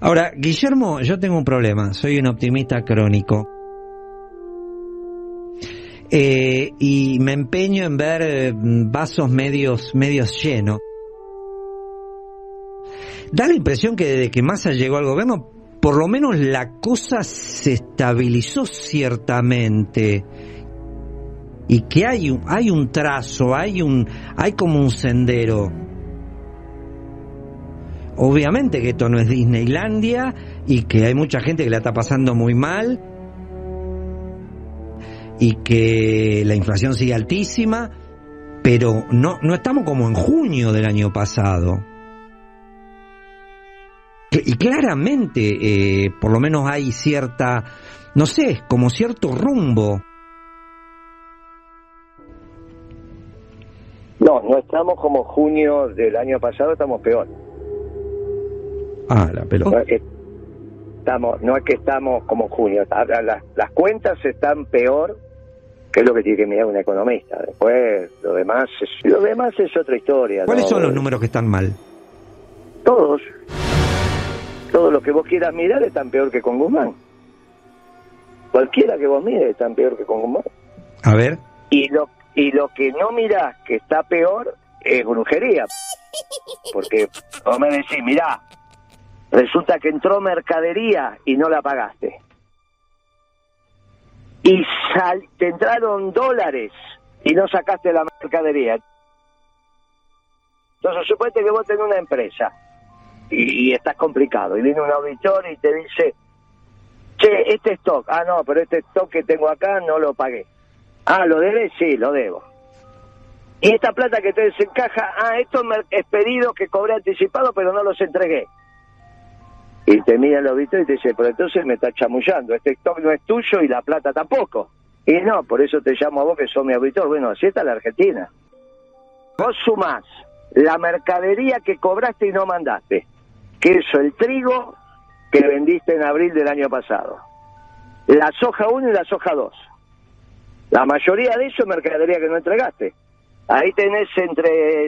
Ahora, Guillermo, yo tengo un problema, soy un optimista crónico. Y me empeño en ver vasos medios llenos. Da la impresión que desde que Massa llegó al gobierno, por lo menos la cosa se estabilizó ciertamente. Y que hay un trazo, hay como un sendero. Obviamente que esto no es Disneylandia y que hay mucha gente que la está pasando muy mal y que la inflación sigue altísima, pero no estamos como en junio del año pasado. Y claramente, por lo menos hay cierta, no sé, como cierto rumbo. No estamos como junio del año pasado, estamos peor. La pelota. No es que estamos como junio. Las cuentas están peor, que es lo que tiene que mirar un economista. Después, lo demás es otra historia. ¿Cuáles son los números que están mal? Todos lo que vos quieras mirar están peor que con Guzmán. Cualquiera que vos mires están peor que con Guzmán. A ver. Y lo que no mirás que está peor es brujería. Porque vos me decís, mirá, resulta que entró mercadería y no la pagaste. Y te entraron dólares y no sacaste la mercadería. Entonces, suponete que vos tenés una empresa y estás complicado. Y viene un auditor y te dice, che, este stock, no, pero este stock que tengo acá no lo pagué. ¿Lo debes? Sí, lo debo. Y esta plata que te desencaja, esto es pedido que cobré anticipado, pero no los entregué. Y te mira el auditor y te dice, pero entonces me está chamullando, este stock no es tuyo y la plata tampoco. Y no, por eso te llamo a vos que sos mi auditor. Bueno, así está la Argentina. Vos sumás la mercadería que cobraste y no mandaste, que eso, el trigo que vendiste en abril del año pasado, la soja 1 y la soja 2. La mayoría de eso es mercadería que no entregaste. Ahí tenés entre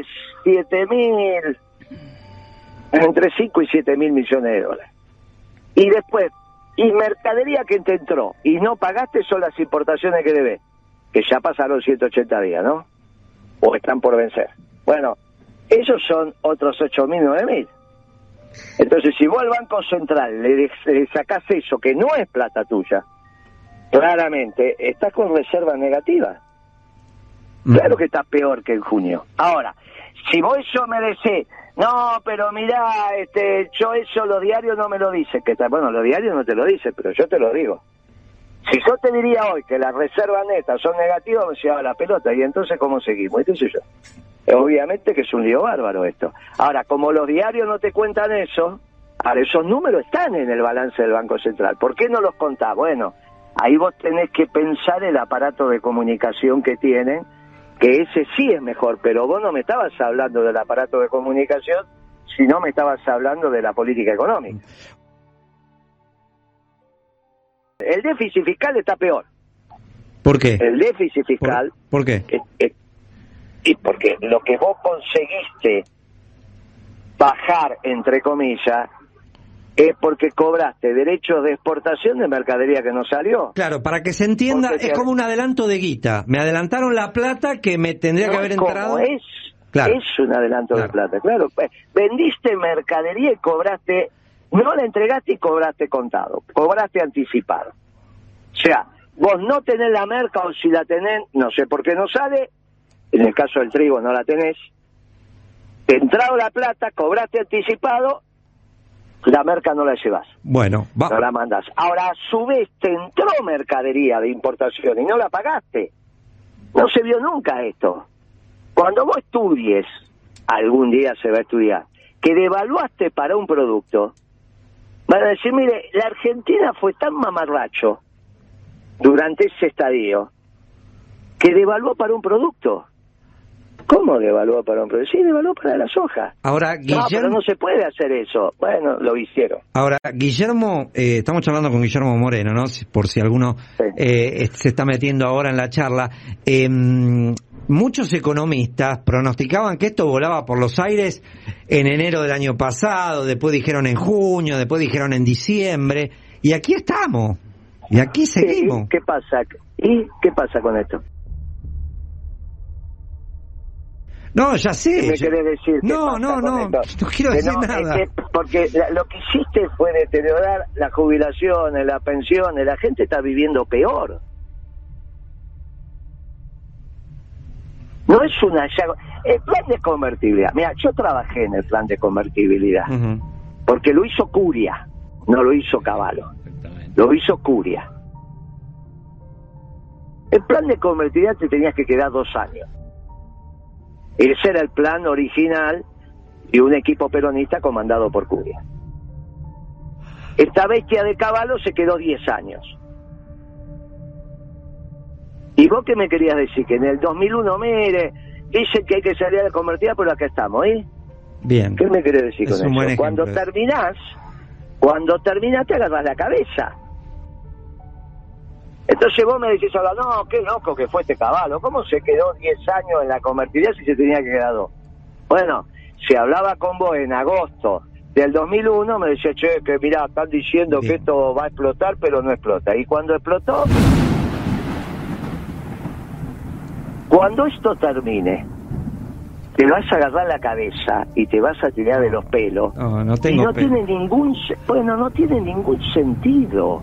5 y 7 mil millones de dólares. Y después, y mercadería que te entró y no pagaste son las importaciones que debes, que ya pasaron 180 días, ¿no? O están por vencer. Bueno, esos son otros 8 mil, 9 mil. Entonces, si vos al Banco Central le sacás eso, que no es plata tuya, claramente estás con reservas negativas. Claro que está peor que en junio. Ahora, si vos eso me decís, no, pero mirá, yo eso los diarios no me lo dicen, bueno, los diarios no te lo dicen, pero yo te lo digo. Si yo te diría hoy que las reservas netas son negativas, me llevaba la pelota, y entonces ¿cómo seguimos? ¿Y qué sé yo? Obviamente que es un lío bárbaro esto. Ahora, como los diarios no te cuentan eso, ahora esos números están en el balance del Banco Central. ¿Por qué no los contás? Bueno, ahí vos tenés que pensar el aparato de comunicación que tienen, que ese sí es mejor, pero vos no me estabas hablando del aparato de comunicación, sino me estabas hablando de la política económica. El déficit fiscal está peor. ¿Por qué? El déficit fiscal... ¿Por qué? Y porque lo que vos conseguiste bajar, entre comillas, es porque cobraste derechos de exportación de mercadería que no salió. Claro, para que se entienda, es como un adelanto de guita. Me adelantaron la plata que me tendría que haber entrado. Claro. Es un adelanto de plata, claro. Vendiste mercadería y cobraste, no la entregaste y cobraste contado, cobraste anticipado. O sea, vos no tenés la merca, o si la tenés, no sé por qué no sale, en el caso del trigo no la tenés, te entrado la plata, cobraste anticipado, la merca no la llevas. Bueno, no la mandás. Ahora, a su vez, te entró mercadería de importación y no la pagaste. No se vio nunca esto. Cuando vos estudies, algún día se va a estudiar, que devaluaste para un producto, van a decir, mire, la Argentina fue tan mamarracho durante ese estadio que devaluó para un producto. ¿Cómo devaluó para un producto? Sí, devaluó para la soja. Ahora, Guillermo... No, pero no se puede hacer eso. Bueno, lo hicieron. Ahora, Guillermo, estamos charlando con Guillermo Moreno, ¿no? Por si alguno se está metiendo ahora en la charla. muchos economistas pronosticaban que esto volaba por los aires en enero del año pasado, después dijeron en junio, después dijeron en diciembre, y aquí estamos, y aquí seguimos. ¿Y qué pasa? ¿Y qué pasa con esto? No, ya sé. ¿Qué me querés decir? No quiero decir nada. Porque lo que hiciste fue deteriorar las jubilaciones, las pensiones, la gente está viviendo peor. No es una llaga. El plan de convertibilidad. Mira, yo trabajé en el plan de convertibilidad. Porque lo hizo Curia, no lo hizo Cavallo. Lo hizo Curia. El plan de convertibilidad te tenías que quedar 2 años. Ese era el plan original de un equipo peronista comandado por Curia. Esta bestia de Cavallo se quedó 10 años. ¿Y vos qué me querías decir? Que en el 2001, mire, dicen que hay que salir a la convertida, pero acá estamos, ¿eh? Bien. ¿Qué me querés decir es con un eso? Cuando terminás te agarras la cabeza. Entonces vos me decís ahora, no, qué loco que fue este Cavallo. ¿Cómo se quedó 10 años en la convertibilidad si se tenía que quedar 2? Bueno, si hablaba con vos en agosto del 2001, me decía, che, que mirá, están diciendo que esto va a explotar, pero no explota. Y cuando explotó, cuando esto termine, te vas a agarrar la cabeza y te vas a tirar de los pelos. No tengo y no tiene ningún sentido.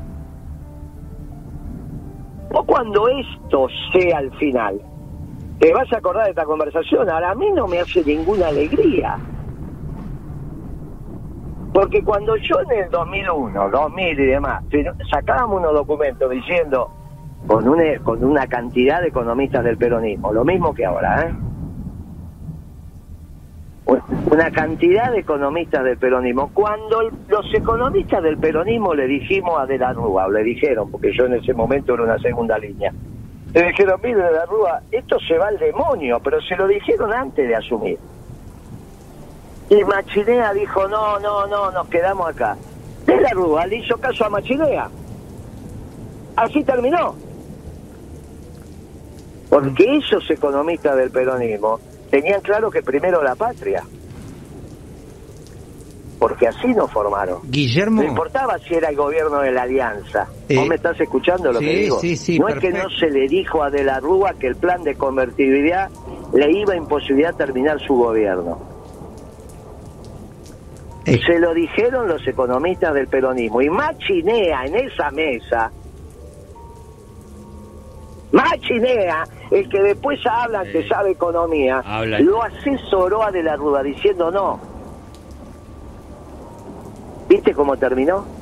O cuando esto sea el final, te vas a acordar de esta conversación. Ahora a mí no me hace ninguna alegría. Porque cuando yo en el 2001, 2000 y demás, sacábamos unos documentos diciendo, con una cantidad de economistas del peronismo, lo mismo que ahora, una cantidad de economistas del peronismo. Cuando los economistas del peronismo le dijimos a De la Rúa, o le dijeron, porque yo en ese momento era una segunda línea, le dijeron, mire De la Rúa, esto se va al demonio, pero se lo dijeron antes de asumir. Y Machinea dijo, no, nos quedamos acá. De la Rúa le hizo caso a Machinea. Así terminó. Porque esos economistas del peronismo tenían claro que primero la patria. Porque así nos formaron. Guillermo. No importaba si era el gobierno de la Alianza. ¿Vos me estás escuchando lo que digo? Sí, no perfecto. Es que no se le dijo a De la Rúa que el plan de convertibilidad le iba a imposibilitar terminar su gobierno. Se lo dijeron los economistas del peronismo. Y Machinea en esa mesa... Machinea, el que después habla que sabe economía, lo asesoró a De la Rúa diciendo no. ¿Viste cómo terminó?